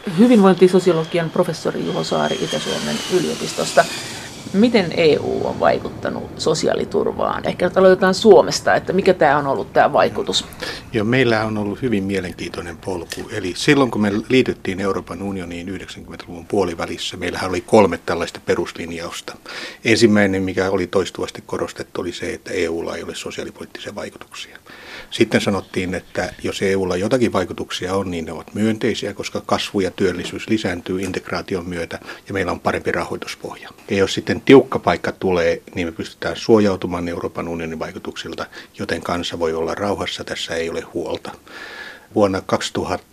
hyvinvointisosiologian professori Juho Saari Itä-Suomen yliopistosta. Miten EU on vaikuttanut sosiaaliturvaan? Ehkä nyt aloitetaan Suomesta, että mikä tämä on ollut tämä vaikutus? Joo, meillä on ollut hyvin mielenkiintoinen polku. Eli silloin kun me liityttiin Euroopan unioniin 90-luvun puolivälissä, meillähän oli 3 tällaista peruslinjausta. Ensimmäinen, mikä oli toistuvasti korostettu, oli se, että EUlla ei ole sosiaalipoliittisia vaikutuksia. Sitten sanottiin, että jos EUlla jotakin vaikutuksia on, niin ne ovat myönteisiä, koska kasvu ja työllisyys lisääntyy integraation myötä ja meillä on parempi rahoituspohja. Ja jos sitten tiukka paikka tulee, niin me pystytään suojautumaan Euroopan unionin vaikutuksilta, joten kansa voi olla rauhassa, tässä ei ole huolta. Vuonna 2000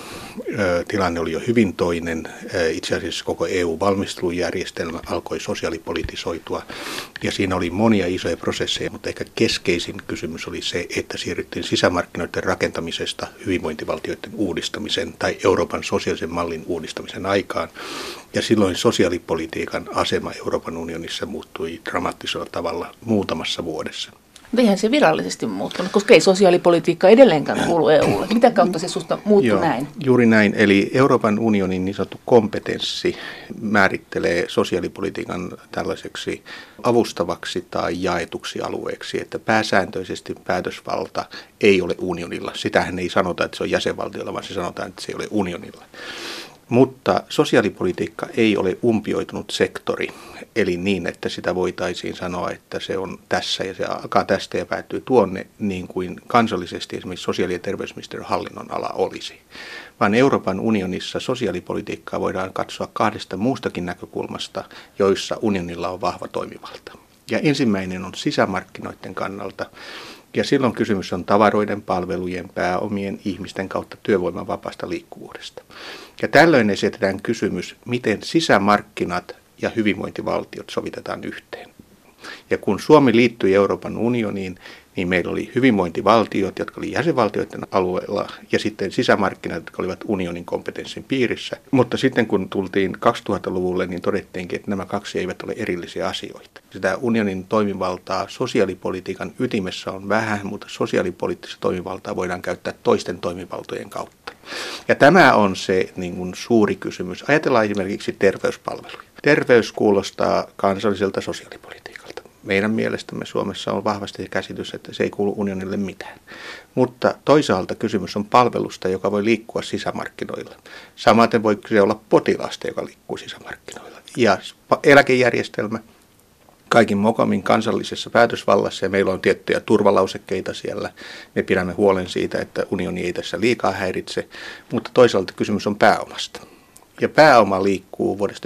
tilanne oli jo hyvin toinen. Itse asiassa koko EU-valmistelujärjestelmä alkoi sosiaalipolitisoitua ja siinä oli monia isoja prosesseja, mutta ehkä keskeisin kysymys oli se, että siirryttiin sisämarkkinoiden rakentamisesta hyvinvointivaltioiden uudistamisen tai Euroopan sosiaalisen mallin uudistamisen aikaan. Ja silloin sosiaalipolitiikan asema Euroopan unionissa muuttui dramaattisella tavalla muutamassa vuodessa. Eihän se virallisesti muuttunut, koska ei sosiaalipolitiikka edelleenkään kuulu EUlle. Mitä kautta se susta muuttui näin? Juuri näin. Eli Euroopan unionin niin sanottu kompetenssi määrittelee sosiaalipolitiikan tällaiseksi avustavaksi tai jaetuksi alueeksi, että pääsääntöisesti päätösvalta ei ole unionilla. Sitähän ei sanota, että se on jäsenvaltiolla, vaan se sanotaan, että se ei ole unionilla. Mutta sosiaalipolitiikka ei ole umpioitunut sektori, eli niin, että sitä voitaisiin sanoa, että se on tässä ja se alkaa tästä ja päättyy tuonne, niin kuin kansallisesti esimerkiksi sosiaali- ja terveysministeriön hallinnon ala olisi. Vaan Euroopan unionissa sosiaalipolitiikkaa voidaan katsoa 2 muustakin näkökulmasta, joissa unionilla on vahva toimivalta. Ja ensimmäinen on sisämarkkinoiden kannalta. Ja silloin kysymys on tavaroiden, palvelujen, pääomien, ihmisten kautta työvoiman vapaasta liikkuvuudesta. Ja tällöin esitetään kysymys, miten sisämarkkinat ja hyvinvointivaltiot sovitetaan yhteen. Ja kun Suomi liittyi Euroopan unioniin, niin meillä oli hyvinvointivaltiot, jotka oli jäsenvaltioiden alueella, ja sitten sisämarkkinat, jotka olivat unionin kompetenssin piirissä. Mutta sitten kun tultiin 2000-luvulle, niin todettiinkin, että nämä 2 eivät ole erillisiä asioita. Sitä unionin toimivaltaa sosiaalipolitiikan ytimessä on vähän, mutta sosiaalipoliittista toimivaltaa voidaan käyttää toisten toimivaltojen kautta. Ja tämä on se niin kuin suuri kysymys. Ajatellaan esimerkiksi terveyspalveluja. Terveys kuulostaa kansalliselta sosiaalipolitiikalta. Meidän mielestämme Suomessa on vahvasti se käsitys, että se ei kuulu unionille mitään. Mutta toisaalta kysymys on palvelusta, joka voi liikkua sisämarkkinoilla. Samaten voi se olla potilaasta, joka liikkuu sisämarkkinoilla. Ja eläkejärjestelmä kaikin mokomin kansallisessa päätösvallassa ja meillä on tiettyjä turvalausekkeita siellä. Me pidämme huolen siitä, että unioni ei tässä liikaa häiritse, mutta toisaalta kysymys on pääomasta. Ja pääoma liikkuu vuodesta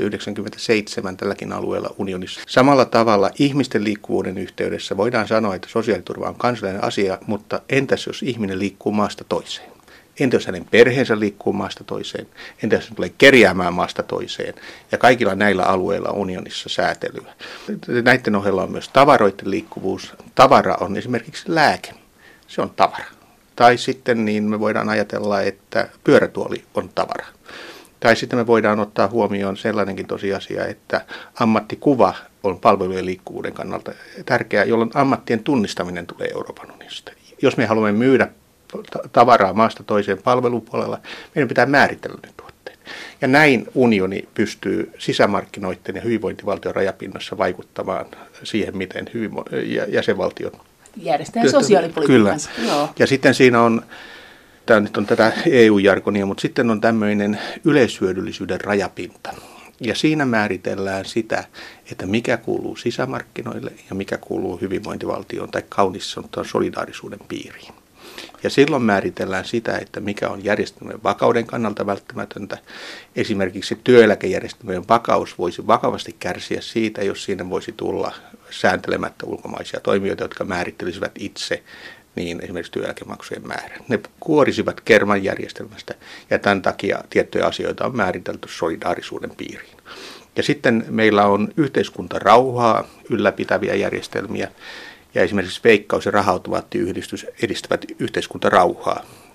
1997 tälläkin alueella unionissa. Samalla tavalla ihmisten liikkuvuuden yhteydessä voidaan sanoa, että sosiaaliturva on kansallinen asia, mutta entäs jos ihminen liikkuu maasta toiseen? Entä jos hänen perheensä liikkuu maasta toiseen? Entä jos hän tulee kerjäämään maasta toiseen? Ja kaikilla näillä alueilla on unionissa säätelyä. Näiden ohella on myös tavaroiden liikkuvuus. Tavara on esimerkiksi lääke. Se on tavara. Tai sitten niin me voidaan ajatella, että pyörätuoli on tavara. Tai sitten me voidaan ottaa huomioon sellainenkin tosiasia, että ammattikuva on palvelujen liikkuvuuden kannalta tärkeää, jolloin ammattien tunnistaminen tulee Euroopan unionista. Jos me haluamme myydä tavaraa maasta toiseen palvelupuolella, meidän pitää määritellä ne tuotteet. Ja näin unioni pystyy sisämarkkinoiden ja hyvinvointivaltion rajapinnassa vaikuttamaan siihen, miten jäsenvaltiot järjestää sosiaalipolitiikansa. Kyllä. Ja sitten siinä on, tämä nyt on tätä EU-jargonia, mutta sitten on tämmöinen yleishyödyllisyyden rajapinta. Ja siinä määritellään sitä, että mikä kuuluu sisämarkkinoille ja mikä kuuluu hyvinvointivaltioon tai kauniissa sanotaan solidaarisuuden piiriin. Ja silloin määritellään sitä, että mikä on järjestelmän vakauden kannalta välttämätöntä. Esimerkiksi työeläkejärjestelmän vakaus voisi vakavasti kärsiä siitä, jos siinä voisi tulla sääntelemättä ulkomaisia toimijoita, jotka määrittelisivät itse niin esimerkiksi työeläkemaksujen määrän. Ne kuorisivat kerman järjestelmästä ja tämän takia tiettyjä asioita on määritelty solidaarisuuden piiriin. Ja sitten meillä on yhteiskuntarauhaa ylläpitäviä järjestelmiä. Ja esimerkiksi Veikkaus ja Raha-automaattiyhdistys edistävät yhteiskuntarauhaa.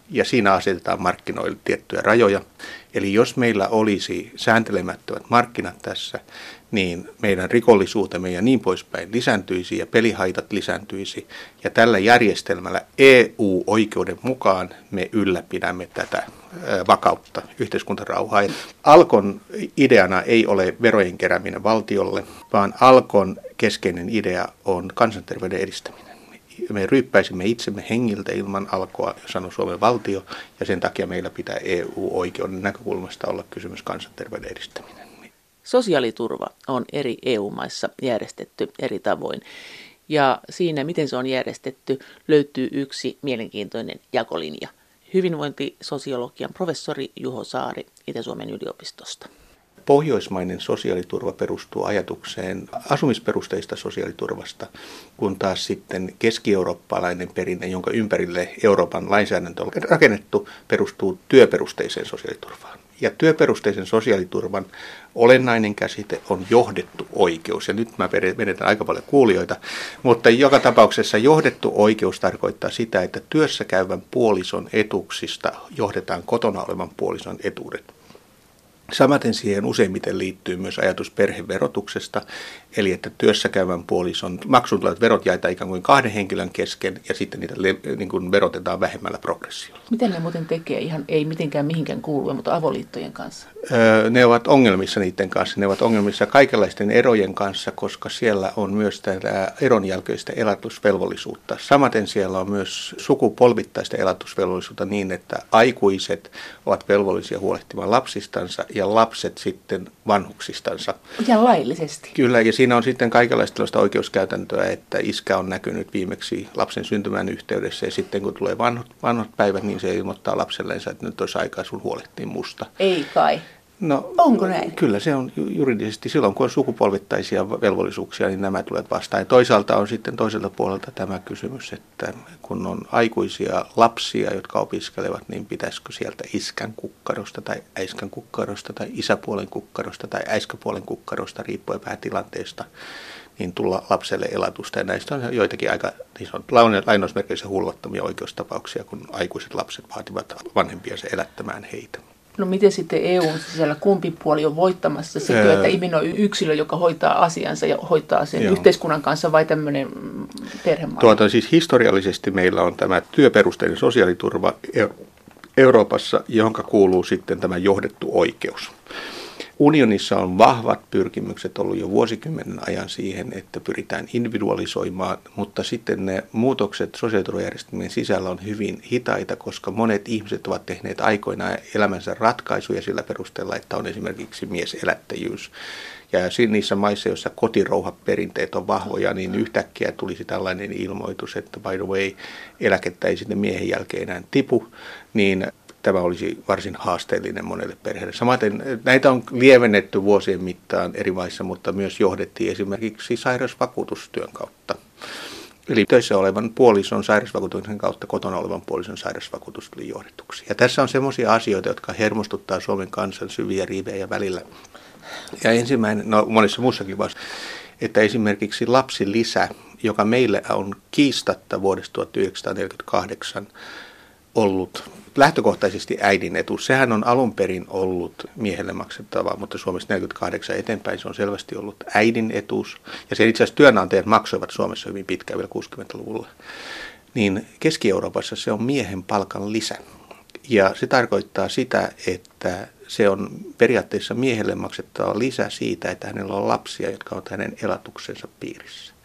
ja siinä asetetaan markkinoille tiettyjä rajoja. Eli jos meillä olisi sääntelemättömät markkinat tässä, niin meidän rikollisuutemme ja niin poispäin lisääntyisi ja pelihaitat lisääntyisi. Ja tällä järjestelmällä EU-oikeuden mukaan me ylläpidämme tätä vakautta, yhteiskuntarauhaa. Alkon ideana ei ole verojen kerääminen valtiolle, vaan Alkon keskeinen idea on kansanterveyden edistäminen. Me ryyppäisimme itsemme hengiltä ilman Alkoa, sanoi Suomen valtio, ja sen takia meillä pitää EU-oikeuden näkökulmasta olla kysymys kansanterveyden edistäminen. Sosiaaliturva on eri EU-maissa järjestetty eri tavoin. Ja siinä, miten se on järjestetty, löytyy yksi mielenkiintoinen jakolinja. Hyvinvointisosiologian professori Juho Saari Itä-Suomen yliopistosta. Pohjoismainen sosiaaliturva perustuu ajatukseen asumisperusteista sosiaaliturvasta, kun taas sitten keski-eurooppalainen perinne, jonka ympärille Euroopan lainsäädäntö on rakennettu, perustuu työperusteiseen sosiaaliturvaan. Ja työperusteisen sosiaaliturvan olennainen käsite on johdettu oikeus. Ja nyt mä menetän aika paljon kuulijoita, mutta joka tapauksessa johdettu oikeus tarkoittaa sitä, että työssä käyvän puolison etuuksista johdetaan kotona olevan puolison etuudet. Samaten siihen useimmiten liittyy myös ajatus perheverotuksesta, eli että työssä käyvän puolison maksuun tulevat verot jaetaan ikään kuin kahden henkilön kesken ja sitten niitä niin kuin verotetaan vähemmällä progressiolla. Miten ne muuten tekee? Ihan ei mitenkään mihinkään kuulua, mutta avoliittojen kanssa? Ne ovat ongelmissa niiden kanssa. Ne ovat ongelmissa kaikenlaisten erojen kanssa, koska siellä on myös tätä eron jälkeistä elatusvelvollisuutta. Samaten siellä on myös sukupolvittaista elatusvelvollisuutta niin, että aikuiset ovat velvollisia huolehtimaan lapsistansa ja lapset sitten vanhuksistansa. Ihan laillisesti. Kyllä, ja siinä on sitten kaikenlaista tällaista oikeuskäytäntöä, että iskä on näkynyt viimeksi lapsen syntymän yhteydessä, ja sitten kun tulee vanhat päivät, niin se ilmoittaa lapsellensa, että nyt olisi aikaa sun huolehtia musta. Ei kai. No, onko näin? Kyllä se on juridisesti. Silloin kun on sukupolvittaisia velvollisuuksia, niin nämä tulevat vastaan. Ja toisaalta on sitten toiselta puolelta tämä kysymys, että kun on aikuisia lapsia, jotka opiskelevat, niin pitäisikö sieltä iskän kukkarosta tai äiskän kukkarosta tai isäpuolen kukkarosta tai äiskäpuolen kukkarosta, riippuen vähän tilanteesta, niin tulla lapselle elatusta. Ja näistä on joitakin aika lainausmerkeissä hulvattomia oikeustapauksia, kun aikuiset lapset vaativat vanhempiansa elättämään heitä. No miten sitten EUn sisällä kumpi puoli on voittamassa? Sekö, että ihminen on yksilö, joka hoitaa asiansa ja hoitaa sen yhteiskunnan kanssa, vai tämmöinen perhemalli? Siis historiallisesti meillä on tämä työperusteinen sosiaaliturva Euroopassa, johon kuuluu sitten tämä johdettu oikeus. Unionissa on vahvat pyrkimykset ollut jo vuosikymmenen ajan siihen, että pyritään individualisoimaan, mutta sitten ne muutokset sosiaaliturvajärjestelmien sisällä on hyvin hitaita, koska monet ihmiset ovat tehneet aikoinaan elämänsä ratkaisuja sillä perusteella, että on esimerkiksi mieselättäjyys. Ja niissä maissa, joissa kotirouhaperinteet on vahvoja, niin yhtäkkiä tulisi tällainen ilmoitus, että by the way, eläkettä ei sitten miehen jälkeen enää tipu, niin tämä olisi varsin haasteellinen monelle perheelle. Samaten näitä on lievennetty vuosien mittaan eri maissa, mutta myös johdettiin esimerkiksi sairausvakuutustyön kautta. Eli töissä olevan puolison sairausvakuutuksen kautta kotona olevan puolison sairausvakuutus tuli johdetuksi. Ja tässä on semmoisia asioita, jotka hermostuttaa Suomen kansan syviä riivejä välillä. Ja ensimmäinen, monessa muussakin vasta, että esimerkiksi lapsilisä, joka meille on kiistatta vuodesta 1948 ollut lähtökohtaisesti äidin etuus. Sehän on alun perin ollut miehelle maksettavaa, mutta Suomessa 48 eteenpäin se on selvästi ollut äidin etuus. Ja sen itse asiassa työnantajat maksoivat Suomessa hyvin pitkään vielä 60-luvulla. Niin Keski-Euroopassa se on miehen palkan lisä. Ja se tarkoittaa sitä, että se on periaatteessa miehelle maksettava lisä siitä, että hänellä on lapsia, jotka ovat hänen elatuksensa piirissä.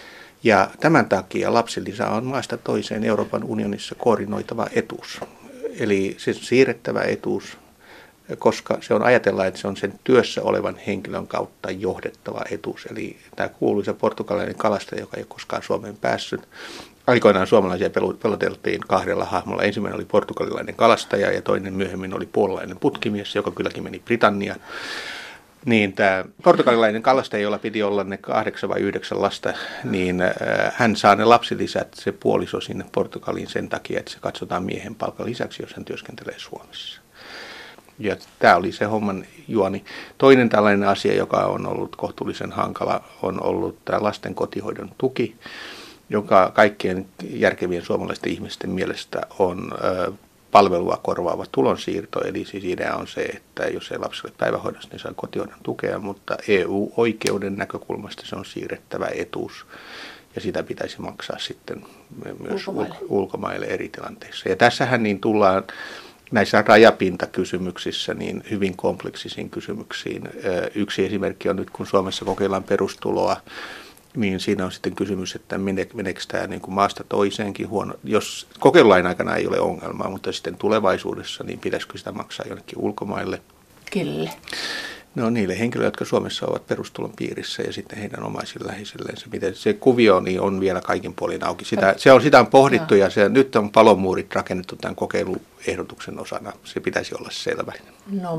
Ja tämän takia lapsilisä on maasta toiseen Euroopan unionissa koordinoitava etuus. Eli se on siirrettävä etuus, koska se on ajatellaan, että se on sen työssä olevan henkilön kautta johdettava etuus. Eli tämä kuuluisa portugalilainen kalastaja, joka ei ole koskaan Suomeen päässyt. Aikoinaan suomalaisia peloteltiin kahdella hahmolla. Ensimmäinen oli portugalilainen kalastaja ja toinen myöhemmin oli puolalainen putkimies, joka kylläkin meni Britanniaan. Niin tämä portugalilainen kalastaja, jolla piti olla ne 8 vai 9 lasta, niin hän saa ne lapsilisät, se puoliso sinne Portugaliin sen takia, että se katsotaan miehen palkan lisäksi, jos hän työskentelee Suomessa. Ja tämä oli se homman juoni. Toinen tällainen asia, joka on ollut kohtuullisen hankala, on ollut tämä lasten kotihoidon tuki, joka kaikkien järkevien suomalaisten ihmisten mielestä on palvelua korvaava tulonsiirto. Eli siis idea on se, että jos ei lapsi ole päivähoidossa, niin saa kotihoidon tukea, mutta EU-oikeuden näkökulmasta se on siirrettävä etuus. Ja sitä pitäisi maksaa sitten myös ulkomaille eri tilanteissa. Ja tässähän niin tullaan näissä rajapintakysymyksissä niin hyvin kompleksisiin kysymyksiin. Yksi esimerkki on nyt, kun Suomessa kokeillaan perustuloa, niin siinä on sitten kysymys, että meneekö tämä niin kuin maasta toiseenkin huono. Jos kokeilulain aikana ei ole ongelmaa, mutta sitten tulevaisuudessa, niin pitäisikö sitä maksaa jonnekin ulkomaille? Kelle? No niille henkilöille, jotka Suomessa ovat perustulon piirissä ja sitten heidän omaisille läheisillensä. Miten se kuvio niin on vielä kaikin puolin auki. Sitä on pohdittu ja nyt on palomuurit rakennettu tämän kokeiluehdotuksen osana. Se pitäisi olla selvä. No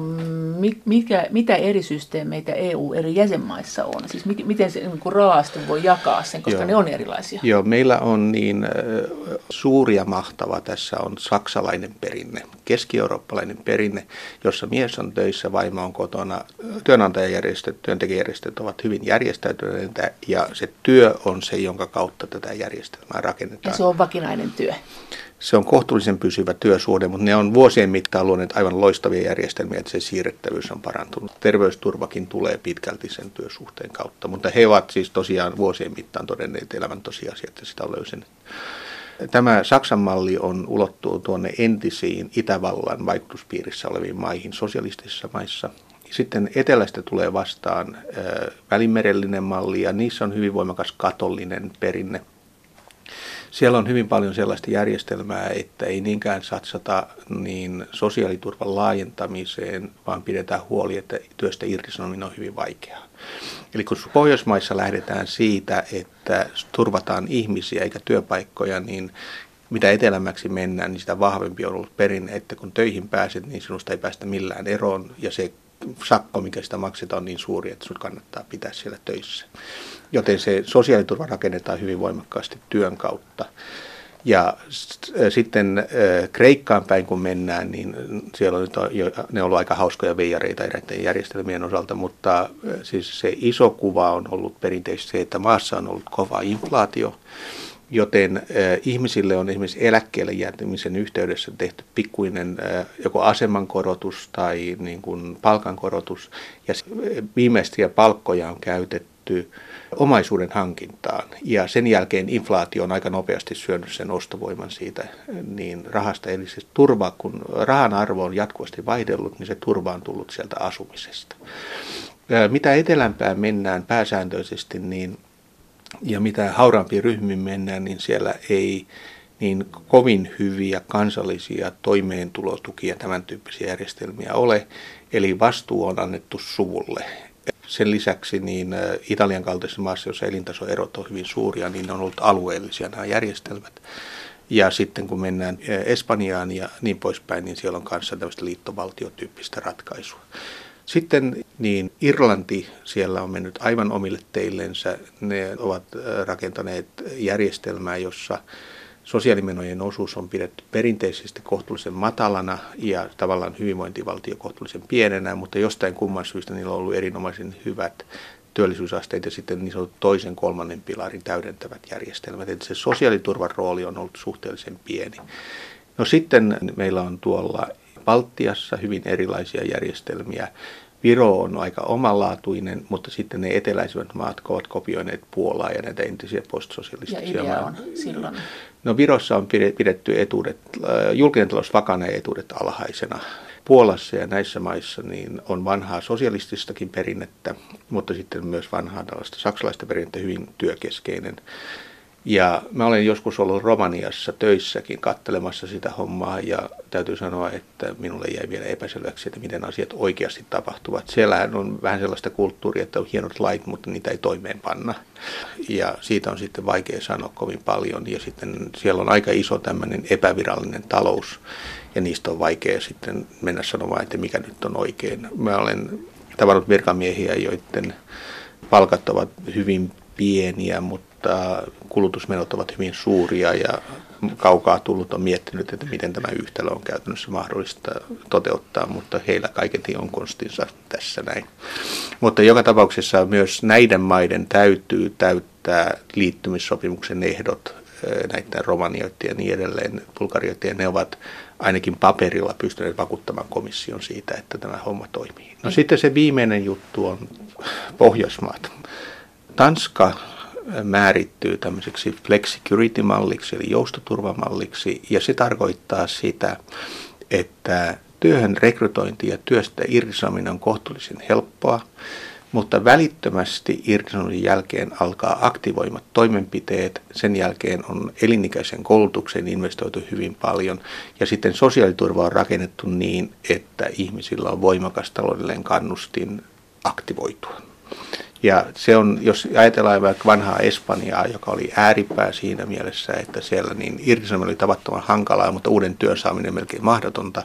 mitä eri systeemeitä EU eri jäsenmaissa on? Siis miten se niin raasti voi jakaa sen, koska ne on erilaisia? Joo, meillä on niin suuri ja mahtava. Tässä on saksalainen perinne, keski-eurooppalainen perinne, jossa mies on töissä, vaimo on kotona. Työnantajajärjestöt, työntekijäjärjestöt ovat hyvin järjestäytyneitä ja se työ on se, jonka kautta tätä järjestelmää rakennetaan. Ja se on vakinainen työ? Se on kohtuullisen pysyvä työsuhde, mutta ne on vuosien mittaan luoneet aivan loistavia järjestelmiä, että se siirrettävyys on parantunut. Terveysturvakin tulee pitkälti sen työsuhteen kautta, mutta he ovat siis tosiaan vuosien mittaan todenneet elämän tosiasiat, että sitä on löysennetty. Tämä Saksan malli ulottuu tuonne entisiin Itävallan vaikutuspiirissä oleviin maihin, sosialistisissa maissa. Sitten etelästä tulee vastaan välimerellinen malli ja niissä on hyvin voimakas katolinen perinne. Siellä on hyvin paljon sellaista järjestelmää, että ei niinkään satsata niin sosiaaliturvan laajentamiseen, vaan pidetään huoli, että työstä irtisanominen on hyvin vaikeaa. Eli kun Pohjoismaissa lähdetään siitä, että turvataan ihmisiä eikä työpaikkoja, niin mitä etelämmäksi mennään, niin sitä vahvempi on ollut perinne, että kun töihin pääset, niin sinusta ei päästä millään eroon ja se sakko, mikä sitä maksetaan, on niin suuri, että sinut kannattaa pitää siellä töissä. Joten se sosiaaliturva rakennetaan hyvin voimakkaasti työn kautta. Ja sitten Kreikkaan päin kun mennään, niin siellä on ne on ollut aika hauskoja veijareita eräiden järjestelmien osalta, mutta siis se iso kuva on ollut perinteisesti se, että maassa on ollut kova inflaatio, joten ihmisille on esimerkiksi eläkkeelle jäätymisen yhteydessä tehty pikkuinen joko asemankorotus tai niin kuin palkankorotus, ja viimeisiä palkkoja on käytetty omaisuuden hankintaan, ja sen jälkeen inflaatio on aika nopeasti syönyt sen ostovoiman siitä niin rahasta, eli se turva, kun rahan arvo on jatkuvasti vaihdellut, niin se turva on tullut sieltä asumisesta. Mitä etelämpään mennään pääsääntöisesti, niin ja mitä hauraampiin ryhmiin mennään, niin siellä ei niin kovin hyviä kansallisia toimeentulotukia, tämän tyyppisiä järjestelmiä ole. Eli vastuu on annettu suvulle. Sen lisäksi niin Italian kaltaisessa maassa, jossa elintasoerot on hyvin suuria, niin ne on ollut alueellisia nämä järjestelmät. Ja sitten kun mennään Espanjaan ja niin poispäin, niin siellä on kanssa tämmöistä liittovaltiotyyppistä ratkaisua. Sitten niin Irlanti, siellä on mennyt aivan omille teillensä. Ne ovat rakentaneet järjestelmää, jossa sosiaalimenojen osuus on pidetty perinteisesti kohtuullisen matalana ja tavallaan hyvinvointivaltio kohtuullisen pienenä, mutta jostain kumman syystä niillä on ollut erinomaisen hyvät työllisyysasteet ja sitten niin sanotut toisen kolmannen pilarin täydentävät järjestelmät. Eli se sosiaaliturvan rooli on ollut suhteellisen pieni. No sitten meillä on tuolla Baltiassa hyvin erilaisia järjestelmiä. Viro on aika omanlaatuinen, mutta sitten ne eteläisemmät maat ovat kopioineet Puolaa ja näitä entisiä postsosialistisia maita. Ja idea on silloin? No Virossa on pidetty etuudet, julkinen talous vakana ja etuudet alhaisena. Puolassa ja näissä maissa niin on vanhaa sosialististakin perinnettä, mutta sitten myös vanhaa tällaista saksalaista perinnettä, hyvin työkeskeinen. Ja mä olen joskus ollut Romaniassa töissäkin katselemassa sitä hommaa ja täytyy sanoa, että minulle jäi vielä epäselväksi, että miten asiat oikeasti tapahtuvat. Siellähän on vähän sellaista kulttuuria, että on hienot lait, mutta niitä ei toimeenpanna. Ja siitä on sitten vaikea sanoa kovin paljon ja sitten siellä on aika iso tämmöinen epävirallinen talous ja niistä on vaikea sitten mennä sanomaan, että mikä nyt on oikein. Mä olen tavannut virkamiehiä, joiden palkat ovat hyvin pieniä, mutta kulutusmenot ovat hyvin suuria ja kaukaa tullut on miettinyt, että miten tämä yhtälö on käytännössä mahdollista toteuttaa, mutta heillä kaiketi on konstinsa tässä näin. Mutta joka tapauksessa myös näiden maiden täytyy täyttää liittymissopimuksen ehdot näitä romanioita ja niin edelleen, bulgarioita, ja ne ovat ainakin paperilla pystyneet vakuuttamaan komission siitä, että tämä homma toimii. No sitten se viimeinen juttu on Pohjoismaat. Tanska määrittyy tämmöiseksi flexicurity-malliksi, eli joustoturvamalliksi, ja se tarkoittaa sitä, että työhön rekrytointi ja työstä irtisanominen on kohtuullisen helppoa, mutta välittömästi irtisanomisen jälkeen alkaa aktivoimat toimenpiteet. Sen jälkeen on elinikäisen koulutukseen investoitu hyvin paljon. Ja sitten sosiaaliturva on rakennettu niin, että ihmisillä on voimakas taloudellinen kannustin aktivoitua. Ja se on, jos ajatellaan vaikka vanhaa Espanjaa, joka oli ääripää siinä mielessä, että siellä niin irtisanominen oli tavattoman hankalaa, mutta uuden työn saaminen melkein mahdotonta,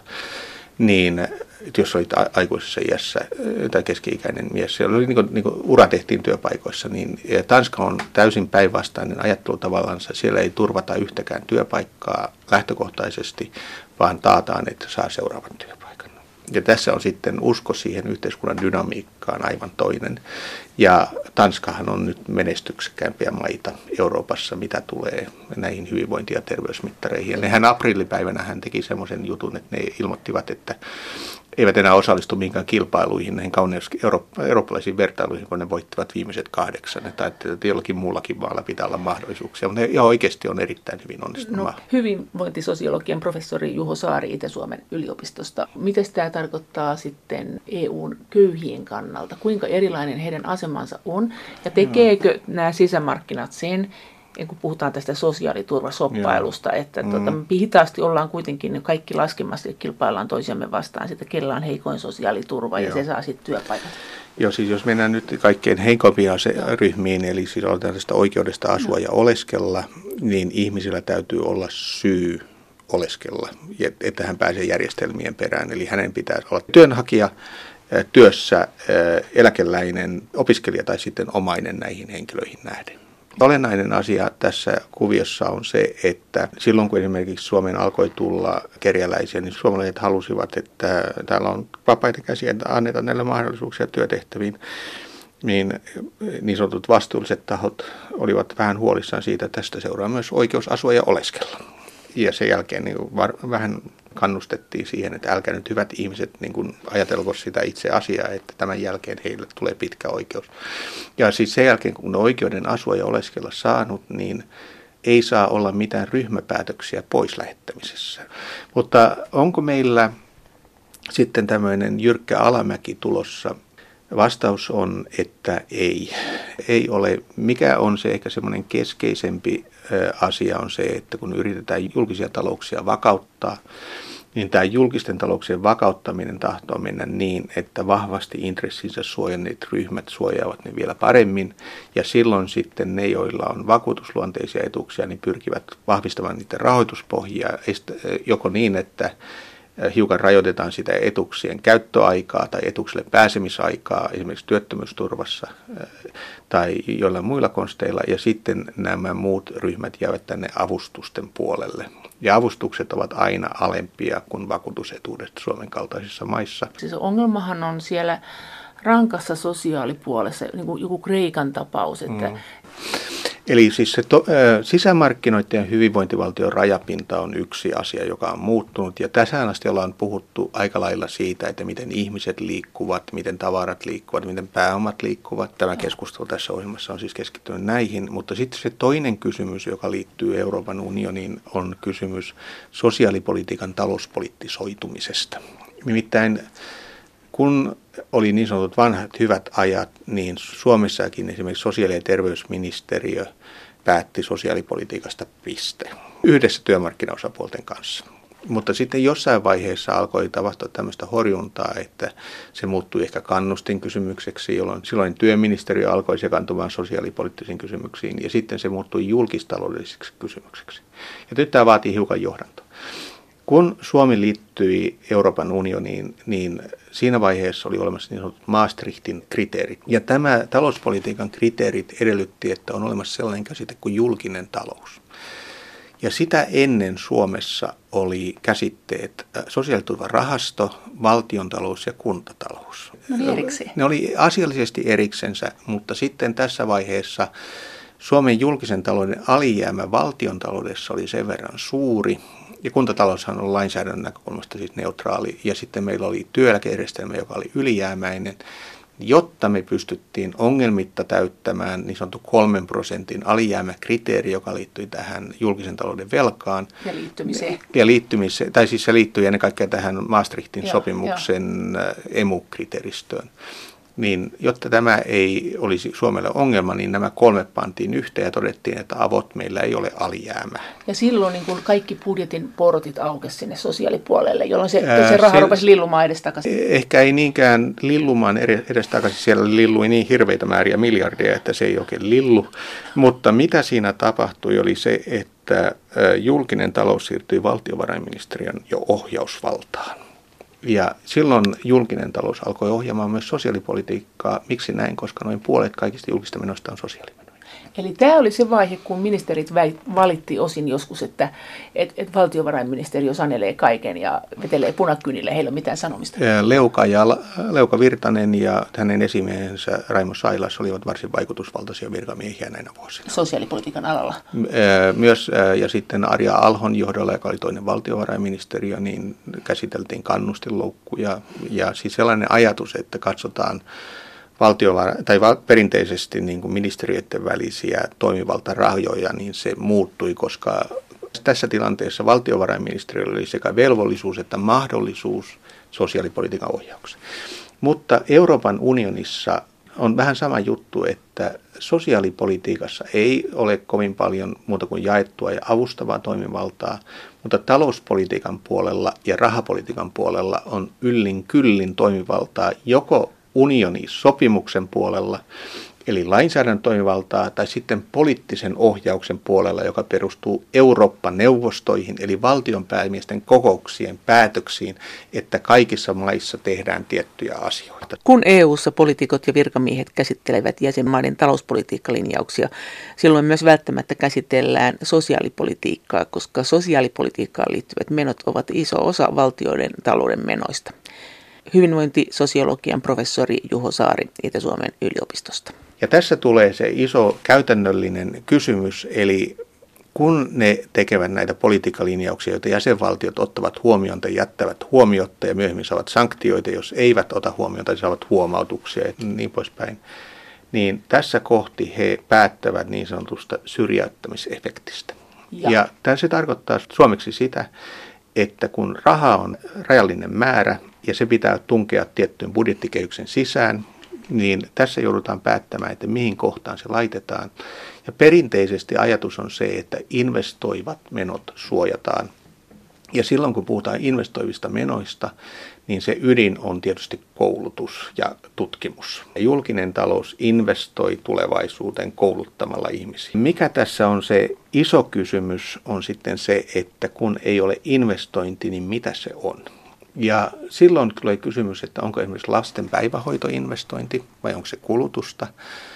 niin jos olit aikuisessa iässä tai keski-ikäinen mies, siellä oli niin kuin ura tehtiin työpaikoissa, niin Tanska on täysin päinvastainen ajattelu tavallaan, siellä ei turvata yhtäkään työpaikkaa lähtökohtaisesti, vaan taataan, että saa seuraavan työpaikan. Ja tässä on sitten usko siihen yhteiskunnan dynamiikkaan aivan toinen. Ja Tanskahan on nyt menestyksekkäämpiä maita Euroopassa, mitä tulee näihin hyvinvointi- ja terveysmittareihin. Ja nehän aprillipäivänä hän teki semmoisen jutun, että ne ilmoittivat, että eivät enää osallistu mihinkään kilpailuihin, näihin eurooppalaisiin vertailuihin, kun ne voittivat viimeiset 8. Tai että jollakin muullakin maalla pitää olla mahdollisuuksia, mutta ne ihan oikeasti on erittäin hyvin onnistunut. Hyvinvointisosiologian professori Juho Saari Itä-Suomen yliopistosta. Miten tämä tarkoittaa sitten EUn köyhien kannalta? Kuinka erilainen heidän asemansa on? Ja tekeekö nämä sisämarkkinat sen, kun puhutaan tästä sosiaaliturvasoppailusta, että hitaasti ollaan kuitenkin kaikki laskemassa ja kilpaillaan toisiamme vastaan, että kellä on heikoin sosiaaliturva ja se saa sitten työpaikat. Joo, siis jos mennään nyt kaikkein heikompia ryhmiin, eli siis tästä oikeudesta asua ja oleskella, niin ihmisillä täytyy olla syy oleskella, että hän pääsee järjestelmien perään. Eli hänen pitää olla työnhakija, työssä, eläkeläinen, opiskelija tai sitten omainen näihin henkilöihin nähden. Olennainen asia tässä kuviossa on se, että silloin kun esimerkiksi Suomeen alkoi tulla kerjäläisiä, niin suomalaiset halusivat, että täällä on vapaita käsiä, että annetaan näille mahdollisuuksia työtehtäviin. Niin sanotut vastuulliset tahot olivat vähän huolissaan siitä, että tästä seuraa myös oikeus asua ja oleskella. Ja sen jälkeen niin vähän kannustettiin siihen, että älkää nyt hyvät ihmiset niin kuin ajatelko sitä itse asiaa, että tämän jälkeen heille tulee pitkä oikeus. Ja siis sen jälkeen, kun on oikeuden asua ja oleskella saanut, niin ei saa olla mitään ryhmäpäätöksiä pois lähettämisessä. Mutta onko meillä sitten tämmöinen jyrkkä alamäki tulossa? Vastaus on, että ei. Ei ole. Mikä on se ehkä semmoinen keskeisempi asia on se, että kun yritetään julkisia talouksia vakauttaa, niin tämä julkisten talouksien vakauttaminen tahtoo mennä niin, että vahvasti intressinsä suojanneet ryhmät suojaavat ne vielä paremmin. Ja silloin sitten ne, joilla on vakuutusluonteisia etuuksia, niin pyrkivät vahvistamaan niiden rahoituspohjaa, joko niin, että hiukan rajoitetaan sitä etuuksien käyttöaikaa tai etuuksille pääsemisaikaa esimerkiksi työttömyysturvassa tai joillain muilla konsteilla, ja sitten nämä muut ryhmät jäävät tänne avustusten puolelle. Ja avustukset ovat aina alempia kuin vakuutusetuudet Suomen kaltaisissa maissa. Siis ongelmahan on siellä rankassa sosiaalipuolessa, niin kuin joku Kreikan tapaus, että Eli siis se sisämarkkinoiden ja hyvinvointivaltion rajapinta on yksi asia, joka on muuttunut. Ja tässä asti ollaan puhuttu aika lailla siitä, että miten ihmiset liikkuvat, miten tavarat liikkuvat, miten pääomat liikkuvat. Tämä keskustelu tässä ohjelmassa on siis keskittynyt näihin. Mutta sitten se toinen kysymys, joka liittyy Euroopan unioniin, on kysymys sosiaalipolitiikan talouspoliittisoitumisesta. Nimittäin kun oli niin sanotut vanhat hyvät ajat, niin Suomessakin esimerkiksi sosiaali- ja terveysministeriö päätti sosiaalipolitiikasta piste. Yhdessä työmarkkinaosapuolten kanssa. Mutta sitten jossain vaiheessa alkoi tapahtua tämmöistä horjuntaa, että se muuttui ehkä kannustinkysymykseksi, jolloin silloin työministeriö alkoi sekaantumaan sosiaalipoliittisiin kysymyksiin, ja sitten se muuttui julkistaloudelliseksi kysymykseksi. Ja nyt tämä vaatii hiukan johdantoa. Kun Suomi liittyi Euroopan unioniin, niin siinä vaiheessa oli olemassa niin sanotut Maastrichtin kriteerit. Ja tämä talouspolitiikan kriteerit edellytti, että on olemassa sellainen käsite kuin julkinen talous. Ja sitä ennen Suomessa oli käsitteet sosiaaliturvarahasto, valtiontalous ja kuntatalous. No niin erikseen. Ne oli asiallisesti eriksensä, mutta sitten tässä vaiheessa Suomen julkisen talouden alijäämä valtiontaloudessa oli sen verran suuri, ja kuntataloushan on lainsäädännön näkökulmasta siis neutraali, ja sitten meillä oli työeläkejärjestelmä, joka oli ylijäämäinen, jotta me pystyttiin ongelmitta täyttämään niin sanottu 3% alijäämäkriteeri, joka liittyi tähän julkisen talouden velkaan. Ja liittymiseen. Tai siis se liittyi ennen kaikkea tähän Maastrichtin sopimuksen emu-kriteeristöön. Niin, jotta tämä ei olisi Suomelle ongelma, niin nämä 3 pantiin yhteen ja todettiin, että avot meillä ei ole alijäämää. Ja silloin niin kuin kaikki budjetin portit aukesi sinne sosiaalipuolelle, jolloin se raha rupesi lillumaan edestakaisin. Ehkä ei niinkään lillumaan edestakaisin, siellä lillui niin hirveitä määriä miljardeja, että se ei oikein lillu. Mutta mitä siinä tapahtui oli se, että julkinen talous siirtyi valtiovarainministeriön jo ohjausvaltaan. Ja silloin julkinen talous alkoi ohjaamaan myös sosiaalipolitiikkaa. Miksi näin? Koska noin puolet kaikista julkista menoista on sosiaalimenoja. Eli tämä oli se vaihe, kun ministerit valitti osin joskus, että valtiovarainministeriö sanelee kaiken ja vetelee punakynille, heillä ei ole mitään sanomista. Leuka Virtanen ja hänen esimiehensä Raimo Sailas olivat varsin vaikutusvaltaisia virkamiehiä näinä vuosina. Sosiaalipolitiikan alalla. Myös ja sitten Arja Alhon johdolla, joka oli toinen valtiovarainministeriö, niin käsiteltiin kannustinloukkuja ja siis sellainen ajatus, että katsotaan perinteisesti niin kuin ministeriöiden välisiä toimivaltarajoja, niin se muuttui, koska tässä tilanteessa valtiovarainministeriöllä oli sekä velvollisuus että mahdollisuus sosiaalipolitiikan ohjaukseen. Mutta Euroopan unionissa on vähän sama juttu, että sosiaalipolitiikassa ei ole kovin paljon muuta kuin jaettua ja avustavaa toimivaltaa, mutta talouspolitiikan puolella ja rahapolitiikan puolella on yllin kyllin toimivaltaa joko unionisopimuksen puolella, eli lainsäädännön toimivaltaa, tai sitten poliittisen ohjauksen puolella, joka perustuu Eurooppa-neuvostoihin, eli valtionpäämiesten kokouksien päätöksiin, että kaikissa maissa tehdään tiettyjä asioita. Kun EU:ssa poliitikot ja virkamiehet käsittelevät jäsenmaiden talouspolitiikkalinjauksia, silloin myös välttämättä käsitellään sosiaalipolitiikkaa, koska sosiaalipolitiikkaan liittyvät menot ovat iso osa valtioiden talouden menoista. Hyvinvointisosiologian professori Juho Saari Itä-Suomen yliopistosta. Ja tässä tulee se iso käytännöllinen kysymys, eli kun ne tekevät näitä politiikkalinjauksia, joita jäsenvaltiot ottavat huomioon tai jättävät huomiotta ja myöhemmin saavat sanktioita, jos eivät ota huomioon tai saavat huomautuksia ja niin poispäin, niin tässä kohti he päättävät niin sanotusta syrjäyttämisefektistä. Ja se tarkoittaa suomeksi sitä, että kun raha on rajallinen määrä ja se pitää tunkea tiettyyn budjettikehyksen sisään, niin tässä joudutaan päättämään, että mihin kohtaan se laitetaan. Ja perinteisesti ajatus on se, että investoivat menot suojataan. Ja silloin kun puhutaan investoivista menoista, niin se ydin on tietysti koulutus ja tutkimus. Julkinen talous investoi tulevaisuuteen kouluttamalla ihmisiä. Mikä tässä on se iso kysymys on sitten se, että kun ei ole investointi, niin mitä se on? Ja silloin tulee kysymys, että onko esimerkiksi lasten päivähoitoinvestointi vai onko se kulutusta?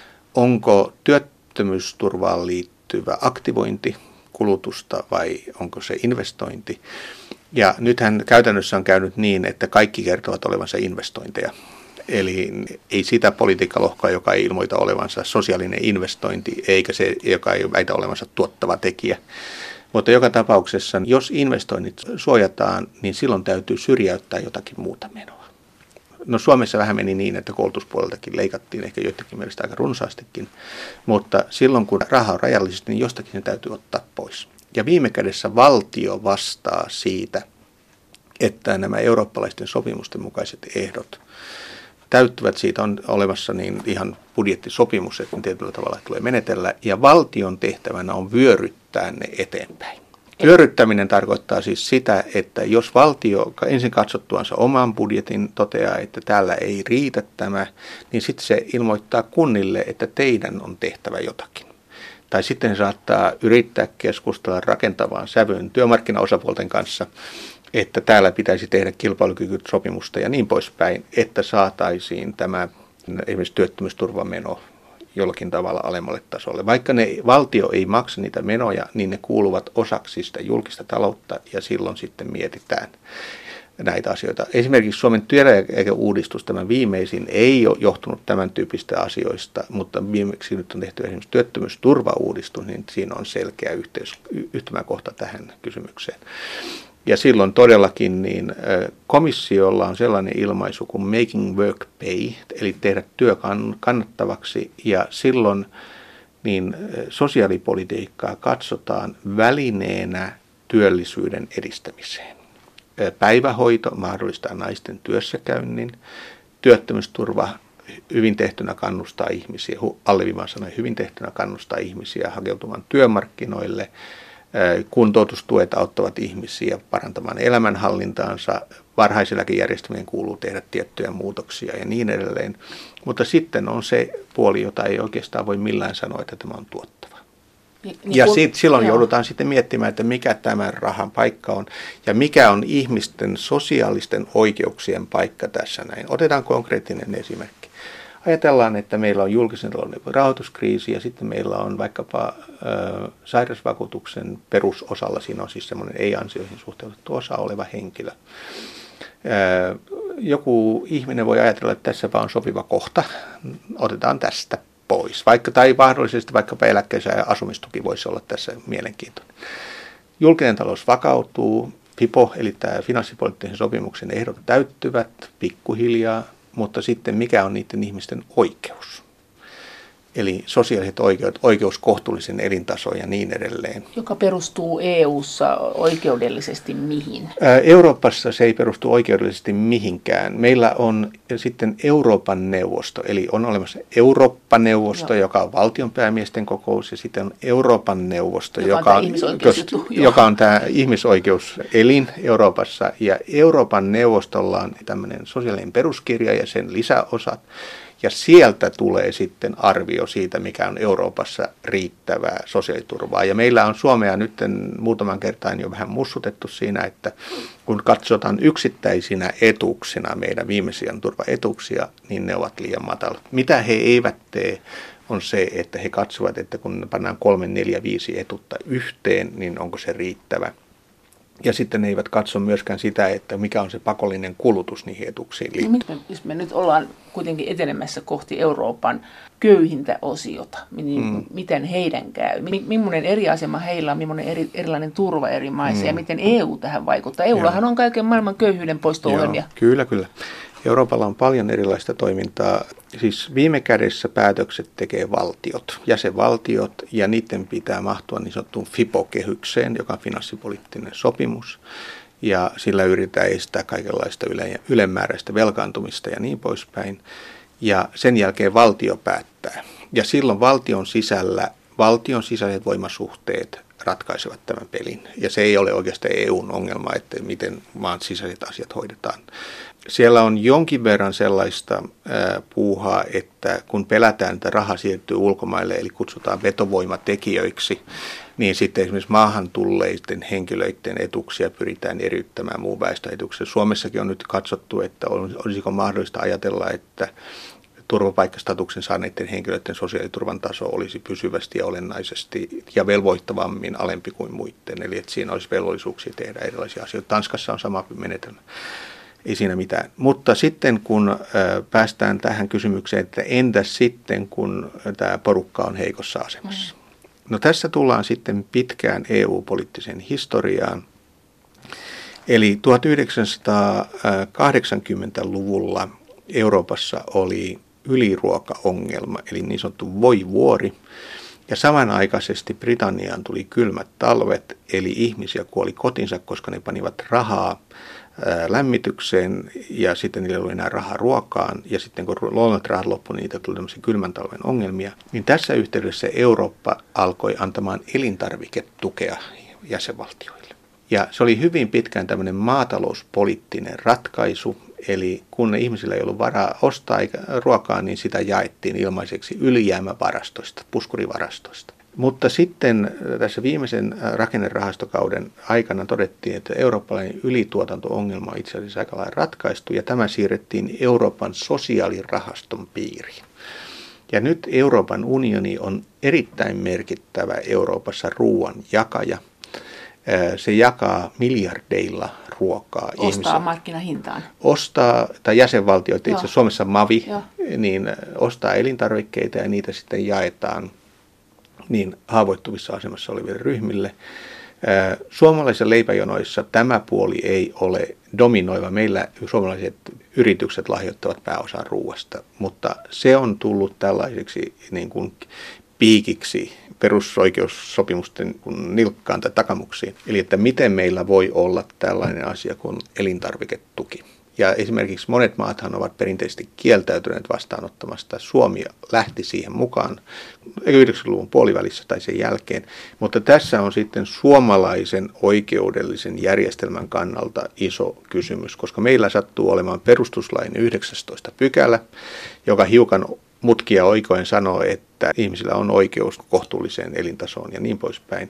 Onko työttömyysturvaan liittyvä aktivointi kulutusta vai onko se investointi? Ja nythän käytännössä on käynyt niin, että kaikki kertovat olevansa investointeja. Eli ei sitä politiikkalohkoa, joka ei ilmoita olevansa sosiaalinen investointi, eikä se, joka ei väitä olevansa tuottava tekijä. Mutta joka tapauksessa, jos investoinnit suojataan, niin silloin täytyy syrjäyttää jotakin muuta menoa. No Suomessa vähän meni niin, että koulutuspuoleltakin leikattiin ehkä joidenkin mielestä aika runsaastikin, mutta silloin kun raha on rajallisesti, niin jostakin se täytyy ottaa pois. Ja viime kädessä valtio vastaa siitä, että nämä eurooppalaisten sopimusten mukaiset ehdot täyttyvät. Siitä on olemassa niin ihan budjettisopimus, että tietyllä tavalla tulee menetellä. Ja valtion tehtävänä on vyöryttää ne eteenpäin. Vyöryttäminen tarkoittaa siis sitä, että jos valtio ensin katsottuansa oman budjetin toteaa, että täällä ei riitä tämä, niin sitten se ilmoittaa kunnille, että teidän on tehtävä jotakin. Tai sitten saattaa yrittää keskustella rakentavaan sävyyn työmarkkinaosapuolten kanssa, että täällä pitäisi tehdä kilpailukykysopimusta ja niin poispäin, että saataisiin tämä esimerkiksi työttömyysturvameno jollakin tavalla alemmalle tasolle. Vaikka valtio ei maksa niitä menoja, niin ne kuuluvat osaksi sitä julkista taloutta ja silloin sitten mietitään. näitä asioita. Esimerkiksi Suomen työeläkeuudistus, tämä viimeisin, ei ole johtunut tämän tyyppistä asioista, mutta viimeksi nyt on tehty esimerkiksi työttömyysturvauudistus, niin siinä on selkeä yhtymäkohta tähän kysymykseen. Ja silloin todellakin niin komissiolla on sellainen ilmaisu kuin making work pay, eli tehdä työ kannattavaksi, ja silloin niin sosiaalipolitiikkaa katsotaan välineenä työllisyyden edistämiseen. Päivähoito mahdollistaa naisten työssäkäynnin, työttömyysturva hyvin tehtynä kannustaa ihmisiä, alleviivaan sanoen hyvin tehtynä kannustaa ihmisiä hakeutumaan työmarkkinoille, kuntoutustuet auttavat ihmisiä parantamaan elämänhallintaansa, varhaiseläkejärjestelmien kuuluu tehdä tiettyjä muutoksia ja niin edelleen, mutta sitten on se puoli, jota ei oikeastaan voi millään sanoa, että tämä on tuottava. Ja silloin joudutaan sitten miettimään, että mikä tämän rahan paikka on ja mikä on ihmisten sosiaalisten oikeuksien paikka tässä näin. Otetaan konkreettinen esimerkki. Ajatellaan, että meillä on julkisen talouden rahoituskriisi ja sitten meillä on vaikkapa sairausvakuutuksen perusosalla, siinä on siis semmoinen ei-ansioihin suhteutettu osa oleva henkilö. Joku ihminen voi ajatella, että tässä vaan on sopiva kohta, otetaan tästä pois. Tai mahdollisesti vaikkapa eläkkeensä ja asumistuki voisi olla tässä mielenkiintoinen. Julkinen talous vakautuu, FIPO eli tämä finanssipoliittisen sopimuksen ehdot täyttyvät pikkuhiljaa, mutta sitten mikä on niiden ihmisten oikeus? Eli sosiaaliset oikeudet, oikeus kohtuullisen elintasoon ja niin edelleen. Joka perustuu EU:ssa oikeudellisesti mihin? Euroopassa se ei perustu oikeudellisesti mihinkään. Meillä on sitten Euroopan neuvosto, eli on olemassa Eurooppa-neuvosto, joka on valtionpäämiesten kokous, ja sitten on Euroopan neuvosto, joka on tämä ihmisoikeuselin Euroopassa. Ja Euroopan neuvostolla on tämmöinen sosiaalinen peruskirja ja sen lisäosat. Ja sieltä tulee sitten arvio siitä, mikä on Euroopassa riittävää sosiaaliturvaa. Ja meillä on Suomea nyt muutaman kertaan jo vähän mussutettu siinä, että kun katsotaan yksittäisinä etuuksina meidän viimeisiän turvaetuuksia, niin ne ovat liian matalat. Mitä he eivät tee, on se, että he katsovat, että kun pannaan 3, 4, 5 etuutta yhteen, niin onko se riittävä. Ja sitten ne eivät katso myöskään sitä, että mikä on se pakollinen kulutus niihin etuuksiin liittyen. Jos me nyt ollaan kuitenkin etenemässä kohti Euroopan köyhintä osiota, niin miten heidän käy? Millainen eri asema heillä on, millainen erilainen turva eri maissa ja miten EU tähän vaikuttaa? EUllahan on kaiken maailman köyhyyden poisto-ohjelmia. Kyllä. Euroopalla on paljon erilaista toimintaa. Siis viime kädessä päätökset tekee valtiot, jäsenvaltiot, ja niiden pitää mahtua niin sanottuun FIPO-kehykseen, joka on finanssipoliittinen sopimus. Ja sillä yritetään estää kaikenlaista ylimääräistä velkaantumista ja niin poispäin. Ja sen jälkeen valtio päättää. Ja silloin valtion sisäiset voimasuhteet ratkaisevat tämän pelin. Ja se ei ole oikeastaan EUn ongelma, että miten maan sisäiset asiat hoidetaan. Siellä on jonkin verran sellaista puuhaa, että kun pelätään, että raha siirtyy ulkomaille, eli kutsutaan vetovoimatekijöiksi, niin sitten esimerkiksi maahan tulleiden henkilöiden etuuksia pyritään eriyttämään muun väestön etuuksia. Suomessakin on nyt katsottu, että olisiko mahdollista ajatella, että turvapaikkastatuksen saaneiden henkilöiden sosiaaliturvan taso olisi pysyvästi ja olennaisesti ja velvoittavammin alempi kuin muiden. Eli että siinä olisi velvollisuuksia tehdä erilaisia asioita. Tanskassa on sama menetelmä. Ei siinä mitään. Mutta sitten kun päästään tähän kysymykseen, että entäs sitten kun tämä porukka on heikossa asemassa? No tässä tullaan sitten pitkään EU-poliittiseen historiaan. Eli 1980-luvulla Euroopassa oli yliruokaongelma, eli niin sanottu voivuori. Ja samanaikaisesti Britanniaan tuli kylmät talvet, eli ihmisiä kuoli kotinsa, koska ne panivat rahaa lämmitykseen ja sitten niillä ei ollut enää rahaa ruokaan. Ja sitten kun luonnolliset rahat loppuivat, niin niitä tuli tämmöisiä kylmän talven ongelmia. Niin tässä yhteydessä Eurooppa alkoi antamaan elintarviketukea jäsenvaltioille. Ja se oli hyvin pitkään tämmöinen maatalouspoliittinen ratkaisu. Eli kun ihmisillä ei ollut varaa ostaa ruokaa, niin sitä jaettiin ilmaiseksi ylijäämävarastoista, puskurivarastoista. Mutta sitten tässä viimeisen rakennerahastokauden aikana todettiin, että eurooppalainen ylituotanto-ongelma on itse asiassa aika lailla ratkaistu, ja tämä siirrettiin Euroopan sosiaalirahaston piiriin. Ja nyt Euroopan unioni on erittäin merkittävä Euroopassa ruoan jakaja. Se jakaa miljardeilla ruokaa Ostaa markkinahintaan. Ostaa, tai jäsenvaltioita, itse asiassa Suomessa MAVI, Joo. niin ostaa elintarvikkeita ja niitä sitten jaetaan niin haavoittuvissa asemassa oleville ryhmille. Suomalaisissa leipäjonoissa tämä puoli ei ole dominoiva. Meillä suomalaiset yritykset lahjoittavat pääosan ruuasta, mutta se on tullut tällaiseksi niin kuin piikiksi perusoikeussopimusten nilkkaan tai takamuksiin. Eli että miten meillä voi olla tällainen asia kuin elintarviketuki. Ja esimerkiksi monet maathan ovat perinteisesti kieltäytyneet vastaanottamasta. Suomi lähti siihen mukaan 90-luvun puolivälissä tai sen jälkeen. Mutta tässä on sitten suomalaisen oikeudellisen järjestelmän kannalta iso kysymys, koska meillä sattuu olemaan perustuslain 19. pykälä, joka hiukan mutkia oikoen sanoo, että ihmisillä on oikeus kohtuulliseen elintasoon ja niin poispäin.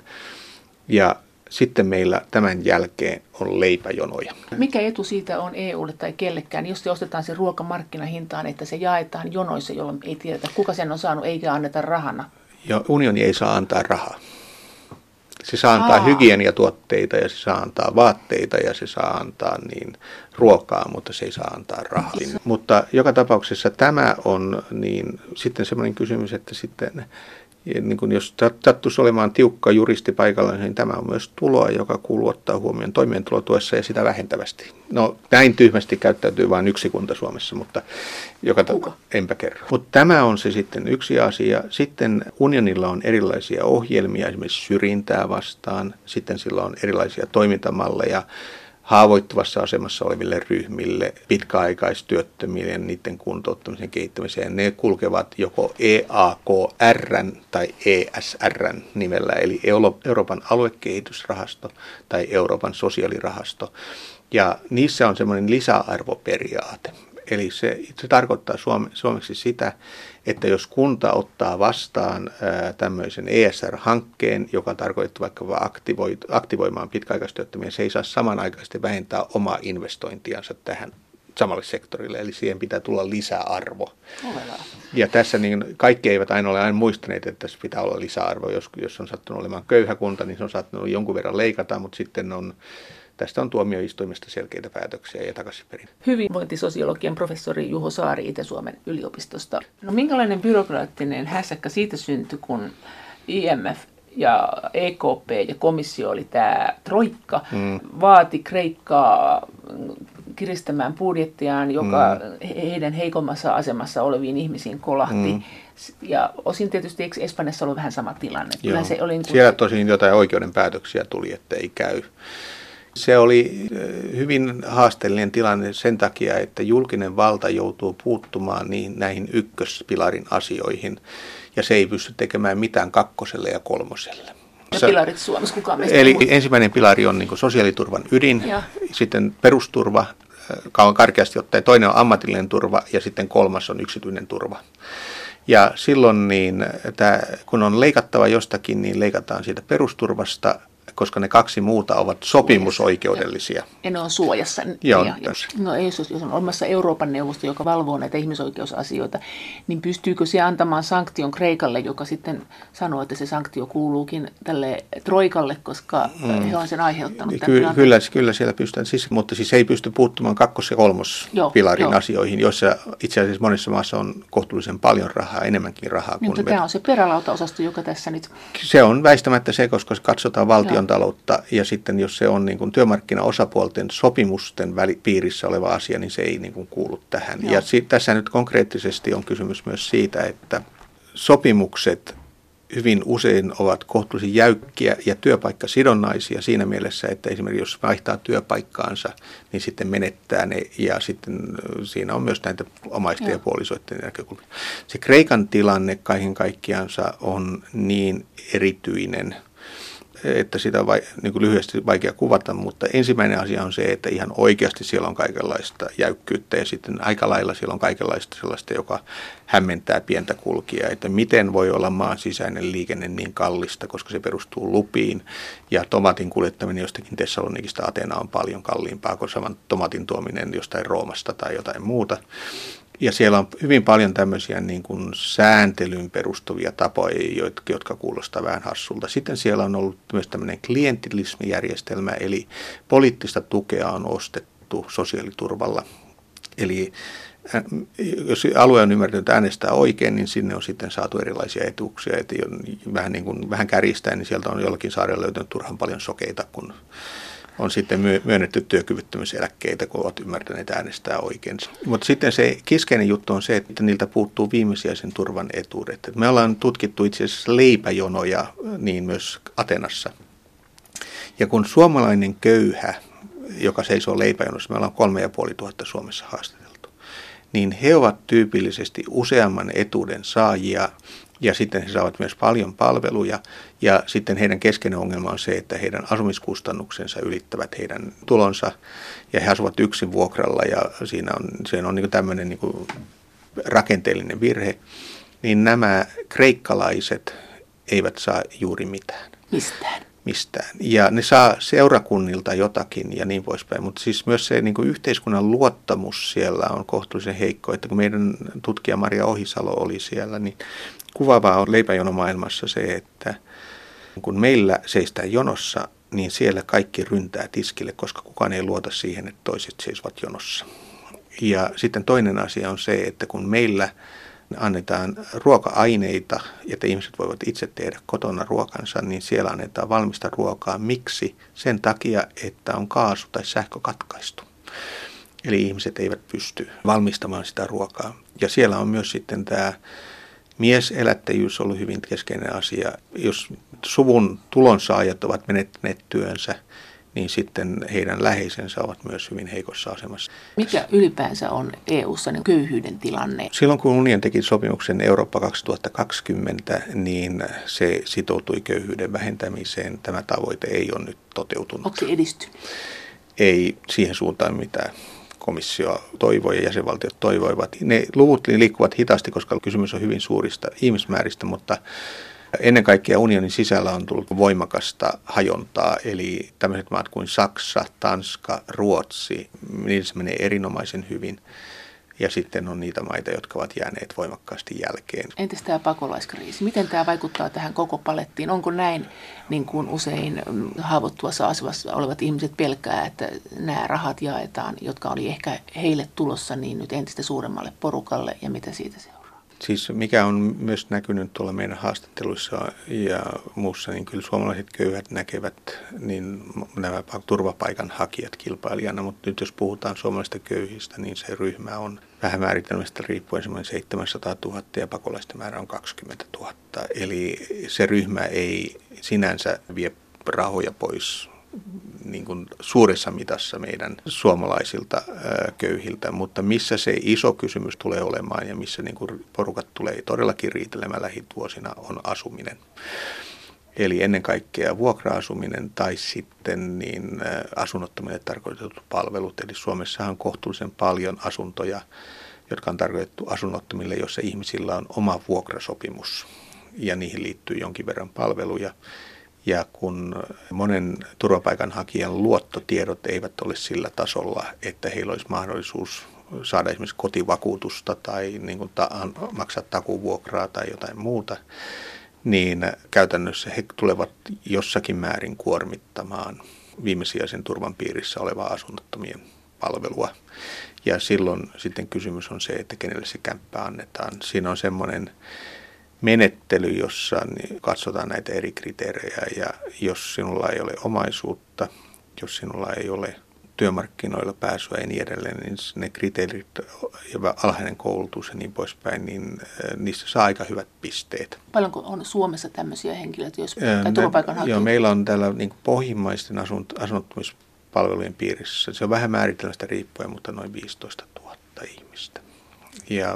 Ja sitten meillä tämän jälkeen on leipäjonoja. Mikä etu siitä on EUlle tai kellekään, jos se ostetaan se ruoka markkinahintaan, että se jaetaan jonoissa, jolloin ei tiedetä, kuka sen on saanut, eikä anneta rahana? Ja unioni ei saa antaa rahaa. Se saa antaa hygieniatuotteita ja se saa antaa vaatteita ja se saa antaa niin ruokaa, mutta se ei saa antaa rahaa. Mutta joka tapauksessa tämä on niin sitten semmoinen kysymys, että sitten niin kun jos sattuisi olemaan tiukka juristi paikalla, niin tämä on myös tuloa, joka kuuluu ottaa huomioon toimeentulotuessa ja sitä vähentävästi. No näin tyhmästi käyttäytyy vain yksi kunta Suomessa, mutta enpä kerro. Mutta tämä on se sitten yksi asia. Sitten unionilla on erilaisia ohjelmia, esimerkiksi syrjintää vastaan. Sitten sillä on erilaisia toimintamalleja haavoittuvassa asemassa oleville ryhmille, pitkäaikaistyöttömille ja niiden kuntouttamisen kehittämiseen. Ne kulkevat joko EAKR:n tai ESR:n nimellä, eli Euroopan aluekehitysrahasto tai Euroopan sosiaalirahasto. Ja niissä on semmoinen lisäarvoperiaate. Eli se tarkoittaa suomeksi sitä, että jos kunta ottaa vastaan tämmöisen ESR-hankkeen, joka tarkoittaa vaikka aktivoimaan pitkäaikaistyöttömiä, se ei saa samanaikaisesti vähentää omaa investointiansa tähän samalle sektorille, eli siihen pitää tulla lisäarvo. Ja tässä niin kaikki eivät aina ole muistaneet, että tässä pitää olla lisäarvo. Jos on sattunut olemaan köyhä kunta, niin se on saattanut jonkun verran leikata, mutta sitten tästä on tuomioistuimesta selkeitä päätöksiä ja takaisinperin. Hyvinvointisosiologian professori Juho Saari Itä-Suomen yliopistosta. No minkälainen byrokraattinen hässäkkä siitä syntyi, kun IMF ja EKP ja komissio oli tämä troikka, vaati Kreikkaa kiristämään budjettiaan, joka heidän heikommassa asemassa oleviin ihmisiin kolahti. Ja osin tietysti eikö Espanjassa ollut vähän sama tilanne? Joo. Se oli siellä tosin jotain oikeuden päätöksiä tuli, että ei käy. Se oli hyvin haasteellinen tilanne sen takia, että julkinen valta joutuu puuttumaan näihin ykköspilarin asioihin, ja se ei pysty tekemään mitään kakkoselle ja kolmoselle. Ja pilarit Suomessa, kukaan meistä eli ensimmäinen pilari on niin kuin sosiaaliturvan ydin, sitten perusturva, karkeasti ottaen, toinen on ammatillinen turva ja sitten kolmas on yksityinen turva. Ja silloin kun on leikattava jostakin, niin leikataan siitä perusturvasta, koska ne kaksi muuta ovat sopimusoikeudellisia. Ja ne on suojassa. Joo. No ei, jos on olemassa Euroopan neuvosto, joka valvoo näitä ihmisoikeusasioita, niin pystyykö se antamaan sanktion Kreikalle, joka sitten sanoo, että se sanktio kuuluukin tälle troikalle, koska he on sen aiheuttanut. Kyllä siellä pystytään, mutta siis ei pysty puuttumaan kakkos- ja kolmospilarin asioihin, joissa itse asiassa monessa maassa on kohtuullisen paljon rahaa, enemmänkin rahaa. Mutta tämä on se perälautaosasto, joka tässä nyt... Se on väistämättä se, koska katsotaan valtion taloutta ja sitten jos se on niin kuin työmarkkinaosapuolten sopimusten piirissä oleva asia, niin se ei niin kuin kuulu tähän. Joo. Ja tässä nyt konkreettisesti on kysymys myös siitä, että sopimukset hyvin usein ovat kohtuullisen jäykkiä ja työpaikkasidonnaisia siinä mielessä, että esimerkiksi jos vaihtaa työpaikkaansa, niin sitten menettää ne ja sitten siinä on myös näitä omaisten ja puolisoiden näkökulmia. Se Kreikan tilanne kaiken kaikkiaansa on niin erityinen, että sitä on niin kuin lyhyesti vaikea kuvata, mutta ensimmäinen asia on se, että ihan oikeasti siellä on kaikenlaista jäykkyyttä ja sitten aika lailla siellä on kaikenlaista sellaista, joka hämmentää pientä kulkijaa, että miten voi olla maan sisäinen liikenne niin kallista, koska se perustuu lupiin ja tomaatin kuljettaminen jostakin Thessalonikista Ateenaan on paljon kalliimpaa kuin saman tomaatin tuominen jostain Roomasta tai jotain muuta. Ja siellä on hyvin paljon tämmöisiä niin kuin sääntelyyn perustuvia tapoja, jotka kuulostaa vähän hassulta. Sitten siellä on ollut myös tämmöinen klientillismijärjestelmä, eli poliittista tukea on ostettu sosiaaliturvalla. Eli jos alue on ymmärtänyt äänestää oikein, niin sinne on sitten saatu erilaisia etuuksia. Että vähän kärjistäen, niin sieltä on jollakin saarella löytynyt turhan paljon sokeita, kun on sitten myönnetty työkyvyttömyyseläkkeitä, kun ovat ymmärtäneet äänestää oikein. Mutta sitten se keskeinen juttu on se, että niiltä puuttuu viimesijaisen turvan etuudet. Et me ollaan tutkittu itse asiassa leipäjonoja niin myös Atenassa. Ja kun suomalainen köyhä, joka seisoo leipäjonossa, meillä on 3500 Suomessa haastateltu, niin he ovat tyypillisesti useamman etuuden saajia. Ja sitten he saavat myös paljon palveluja ja sitten heidän keskeinen ongelma on se, että heidän asumiskustannuksensa ylittävät heidän tulonsa ja he asuvat yksin vuokralla ja siinä on niin kuin tämmöinen niin kuin rakenteellinen virhe, niin nämä kreikkalaiset eivät saa juuri mitään. Mistään. Ja ne saa seurakunnilta jotakin ja niin poispäin, mutta siis myös se niin kuin yhteiskunnan luottamus siellä on kohtuullisen heikko, että kun meidän tutkija Maria Ohisalo oli siellä, niin kuvaavaa on leipäjonomaailmassa se, että kun meillä seistään jonossa, niin siellä kaikki ryntää tiskille, koska kukaan ei luota siihen, että toiset seisovat jonossa. Ja sitten toinen asia on se, että kun meillä annetaan ruoka-aineita, että ihmiset voivat itse tehdä kotona ruokansa, niin siellä annetaan valmista ruokaa. Miksi? Sen takia, että on kaasu tai sähkö katkaistu. Eli ihmiset eivät pysty valmistamaan sitä ruokaa. Ja siellä on myös sitten tämä mieselättäjyys ollut hyvin keskeinen asia. Jos suvun tulonsaajat ovat menettäneet työnsä, niin sitten heidän läheisensä ovat myös hyvin heikossa asemassa. Mikä ylipäänsä on EU:ssa niin köyhyyden tilanne? Silloin kun unioni teki sopimuksen Eurooppa 2020, niin se sitoutui köyhyyden vähentämiseen. Tämä tavoite ei ole nyt toteutunut. Onko se edistynyt? Ei siihen suuntaan, mitä komissio toivoi ja jäsenvaltiot toivoivat. Ne luvut liikkuvat hitaasti, koska kysymys on hyvin suurista ihmismääristä, mutta ennen kaikkea unionin sisällä on tullut voimakasta hajontaa, eli tämmöiset maat kuin Saksa, Tanska, Ruotsi, niissä menee erinomaisen hyvin. Ja sitten on niitä maita, jotka ovat jääneet voimakkaasti jälkeen. Entäs tämä pakolaiskriisi? Miten tämä vaikuttaa tähän koko palettiin? Onko näin, niin kuin usein haavoittuvassa asemassa olevat ihmiset pelkää, että nämä rahat jaetaan, jotka oli ehkä heille tulossa, niin nyt entistä suuremmalle porukalle, ja mitä siitä seuraa? Siis mikä on myös näkynyt tuolla meidän haastatteluissa ja muussa, niin kyllä suomalaiset köyhät näkevät niin nämä turvapaikanhakijat kilpailijana, mutta nyt jos puhutaan suomalaisista köyhistä, niin se ryhmä on vähän määritelmästä riippuen semmoinen 700 000 ja pakolaisten määrä on 20 000. Eli se ryhmä ei sinänsä vie rahoja pois niin kuin suuressa mitassa meidän suomalaisilta köyhiltä, mutta missä se iso kysymys tulee olemaan ja missä niin kuin porukat tulee todellakin riitelemään lähivuosina on asuminen. Eli ennen kaikkea vuokra-asuminen tai sitten niin asunnottomille tarkoitetut palvelut. Eli Suomessahan on kohtuullisen paljon asuntoja, jotka on tarkoitettu asunnottomille, joissa ihmisillä on oma vuokrasopimus ja niihin liittyy jonkin verran palveluja. Ja kun monen turvapaikanhakijan luottotiedot eivät ole sillä tasolla, että heillä olisi mahdollisuus saada esimerkiksi kotivakuutusta tai niin kuin maksaa takuvuokraa tai jotain muuta, niin käytännössä he tulevat jossakin määrin kuormittamaan viimesijaisen turvan piirissä olevaa asunnottomien palvelua. Ja silloin sitten kysymys on se, että kenelle se kämppä annetaan. Siinä on semmoinen menettely, jossa katsotaan näitä eri kriteerejä ja jos sinulla ei ole omaisuutta, jos sinulla ei ole työmarkkinoilla pääsyä ja niin edelleen, niin ne kriteerit ja alhainen koulutus ja niin poispäin, niin niissä saa aika hyvät pisteet. Paljonko on Suomessa tämmöisiä henkilöitä, tai turvapaikanhakijoita? Joo, meillä on täällä niin kuin pohjimmaisten asunnottomuuspalvelujen piirissä. Se on vähän määritelmästä riippuen, mutta noin 15 000 ihmistä. Ja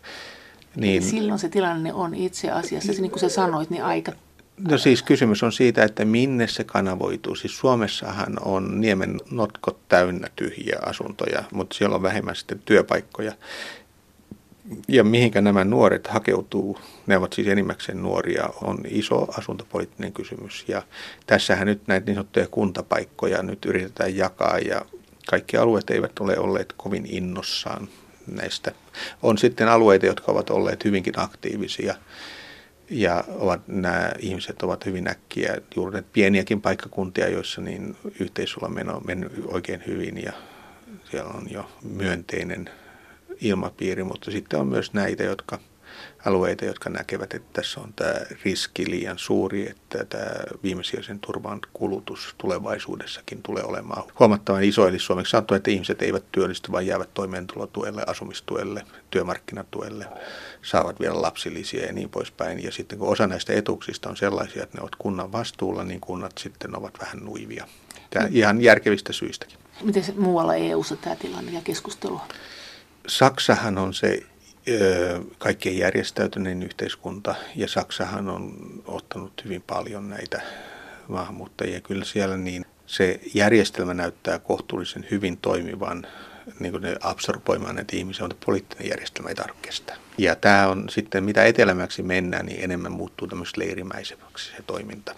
niin, silloin se tilanne on itse asiassa, niin kuin sä sanoit, niin aika... No siis kysymys on siitä, että minne se kanavoituu. Siis Suomessahan on niemen notkot täynnä tyhjiä asuntoja, mutta siellä on vähemmän sitten työpaikkoja. Ja mihinkä nämä nuoret hakeutuu, ne ovat siis enimmäkseen nuoria, on iso asuntopoliittinen kysymys. Ja tässähän nyt näitä niin sanottuja kuntapaikkoja nyt yritetään jakaa ja kaikki alueet eivät ole olleet kovin innossaan näistä. On sitten alueita, jotka ovat olleet hyvinkin aktiivisia ja nämä ihmiset ovat hyvin äkkiä juuri pieniäkin paikkakuntia, joissa niin yhteisöllä on mennyt oikein hyvin ja siellä on jo myönteinen ilmapiiri, mutta sitten on myös näitä alueita, jotka näkevät, että tässä on tämä riski liian suuri, että tämä viimesijaisen turvan kulutus tulevaisuudessakin tulee olemaan huomattavan iso. Eli suomeksi sanottu, että ihmiset eivät työllisty, vaan jäävät toimeentulotuelle, asumistuelle, työmarkkinatuelle, saavat vielä lapsilisiä ja niin poispäin. Ja sitten kun osa näistä etuuksista on sellaisia, että ne ovat kunnan vastuulla, niin kunnat sitten ovat vähän nuivia. Tämä ihan järkevistä syistäkin. Miten se muualla EU:ssa tämä tilanne ja keskustelu? Saksahan on se kaikkein järjestäytyneen yhteiskunta, ja Saksahan on ottanut hyvin paljon näitä maahanmuuttajia. Kyllä siellä niin se järjestelmä näyttää kohtuullisen hyvin toimivan, niin kuin ne absorboimaan näitä ihmisiä, mutta poliittinen järjestelmä ei tarvitse kestää. Ja tämä on sitten, mitä etelämäksi mennään, niin enemmän muuttuu tämmöistä leirimäisemmäksi se toiminta.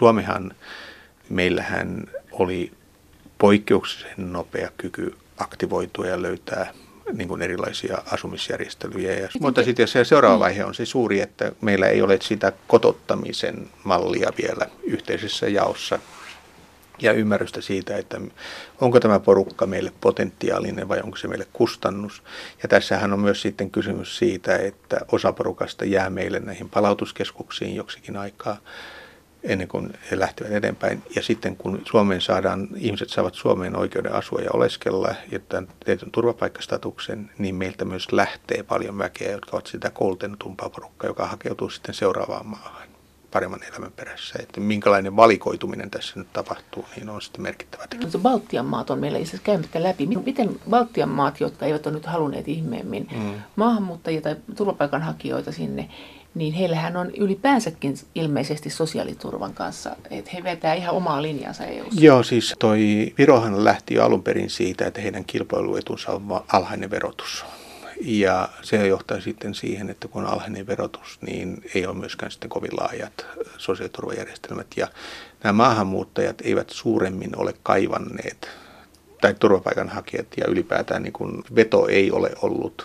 Meillähän oli poikkeuksellisen nopea kyky aktivoitua ja löytää niin kuin erilaisia asumisjärjestelyjä. Mutta sitten se seuraava vaihe on se suuri, että meillä ei ole sitä kotottamisen mallia vielä yhteisessä jaossa ja ymmärrystä siitä, että onko tämä porukka meille potentiaalinen vai onko se meille kustannus. Ja tässähän on myös sitten kysymys siitä, että osa porukasta jää meille näihin palautuskeskuksiin joksikin aikaa ennen kuin he lähtevät eteenpäin. Ja sitten kun ihmiset saavat Suomeen oikeuden asua ja oleskella ja tämän tietyn turvapaikkastatuksen, niin meiltä myös lähtee paljon väkeä, jotka ovat sitä koulutetumpaa porukkaa, joka hakeutuu sitten seuraavaan maahan paremman elämän perässä. Että minkälainen valikoituminen tässä nyt tapahtuu, niin on sitten merkittävä tekijä. Baltian maat on meillä itse asiassa käymättä läpi. Miten Baltian maat, jotka eivät ole nyt halunneet ihmeemmin maahanmuuttajia tai turvapaikanhakijoita sinne, niin heillähän on ylipäänsäkin ilmeisesti sosiaaliturvan kanssa, että he vetää ihan omaa linjansa EU:ssa. Joo, siis toi Virohan lähti jo alun perin siitä, että heidän kilpailuetunsa on alhainen verotus. Ja se johtaa sitten siihen, että kun on alhainen verotus, niin ei ole myöskään sitten kovin laajat sosiaaliturvajärjestelmät. Ja nämä maahanmuuttajat eivät suuremmin ole kaivanneet, tai turvapaikanhakijat ja ylipäätään niin kun veto ei ole ollut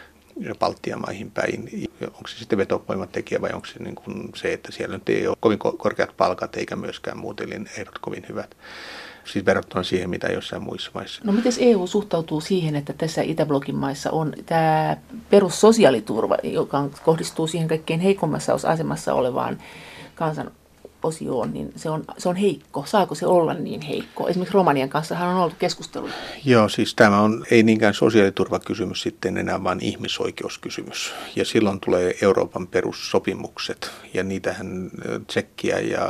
Baltian maihin päin. Onko se sitten vetovoimatekijä vai onko se, niin kuin se, että siellä nyt ei ole kovin korkeat palkat eikä myöskään muuten ehdot kovin hyvät. Siis verrattuna siihen, mitä jossain muissa maissa. No miten EU suhtautuu siihen, että tässä Itäblokin maissa on tämä perussosiaaliturva, joka kohdistuu siihen kaikkein heikommassa asemassa olevaan kansan osioon, niin se on heikko. Saako se olla niin heikko? Esimerkiksi Romanian kanssahan on ollut keskusteluja. Joo, siis tämä on ei niinkään sosiaaliturvakysymys sitten enää, vaan ihmisoikeuskysymys. Ja silloin tulee Euroopan perussopimukset, ja niitähän Tsekkiä ja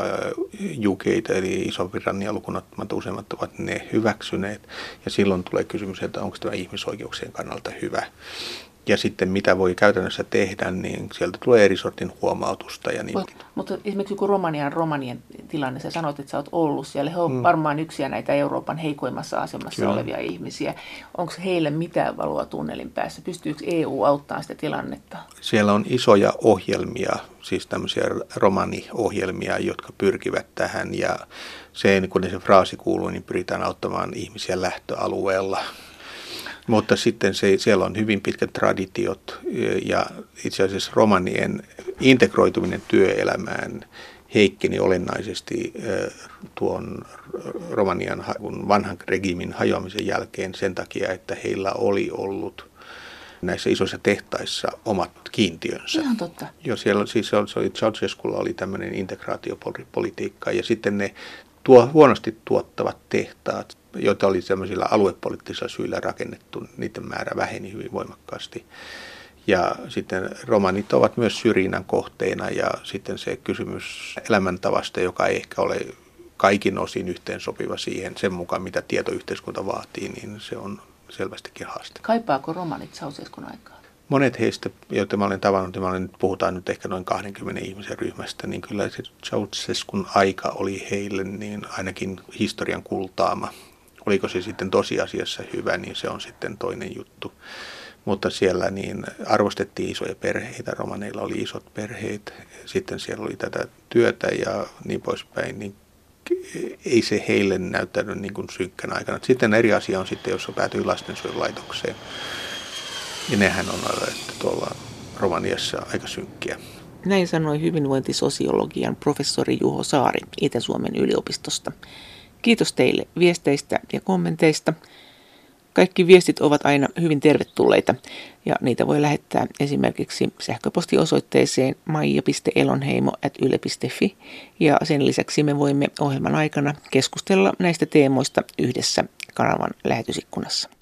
UK:tä, eli Iso-Britannia lukuun ottamatta useimmat ovat ne hyväksyneet. Ja silloin tulee kysymys, että onko tämä ihmisoikeuksien kannalta hyvä. Ja sitten mitä voi käytännössä tehdä, niin sieltä tulee eri sortin huomautusta. Ja niin. Mutta esimerkiksi kun romanien tilanne, sä sanoit, että sä oot ollut siellä, he on varmaan yksiä näitä Euroopan heikoimmassa asemassa olevia ihmisiä. Onko heille mitään valoa tunnelin päässä? Pystyykö EU auttamaan sitä tilannetta? Siellä on isoja ohjelmia, siis tämmöisiä romaniohjelmia, jotka pyrkivät tähän. Ja se, kun se fraasi kuuluu, niin pyritään auttamaan ihmisiä lähtöalueella. Mutta sitten siellä on hyvin pitkät traditiot ja itse asiassa romanien integroituminen työelämään heikkeni olennaisesti tuon Romanian vanhan regiimin hajoamisen jälkeen sen takia, että heillä oli ollut näissä isoissa tehtaissa omat kiintiönsä. Ihan totta. Jo siellä Ceausesculla oli tämmöinen integraatiopolitiikka ja sitten ne huonosti tuottavat tehtaat, joita oli sellaisilla aluepoliittisilla syillä rakennettu, niiden määrä väheni hyvin voimakkaasti. Ja sitten romanit ovat myös syrjinnän kohteena ja sitten se kysymys elämäntavasta, joka ei ehkä ole kaikin osin yhteensopiva siihen sen mukaan, mitä tietoyhteiskunta vaatii, niin se on selvästikin haaste. Kaipaako romanit Ceausescun aikaa? Monet heistä, joita mä olen tavannut, puhutaan nyt ehkä noin 20 ihmisen ryhmästä, niin kyllä se Ceausescun aika oli heille niin ainakin historian kultaama. Oliko se sitten tosiasiassa hyvä, niin se on sitten toinen juttu. Mutta siellä niin arvostettiin isoja perheitä, romaneilla oli isot perheet, sitten siellä oli tätä työtä ja niin poispäin, niin ei se heille näyttänyt niin kuin synkkänä aikana. Sitten eri asia on sitten, jos päätyy lastensuojelulaitokseen. Ja nehän on että tuolla Romaniassa aika synkkiä. Näin sanoi hyvinvointisosiologian professori Juho Saari Itä-Suomen yliopistosta. Kiitos teille viesteistä ja kommenteista. Kaikki viestit ovat aina hyvin tervetulleita ja niitä voi lähettää esimerkiksi sähköpostiosoitteeseen maija.elonheimo@yle.fi ja sen lisäksi me voimme ohjelman aikana keskustella näistä teemoista yhdessä kanavan lähetysikkunassa.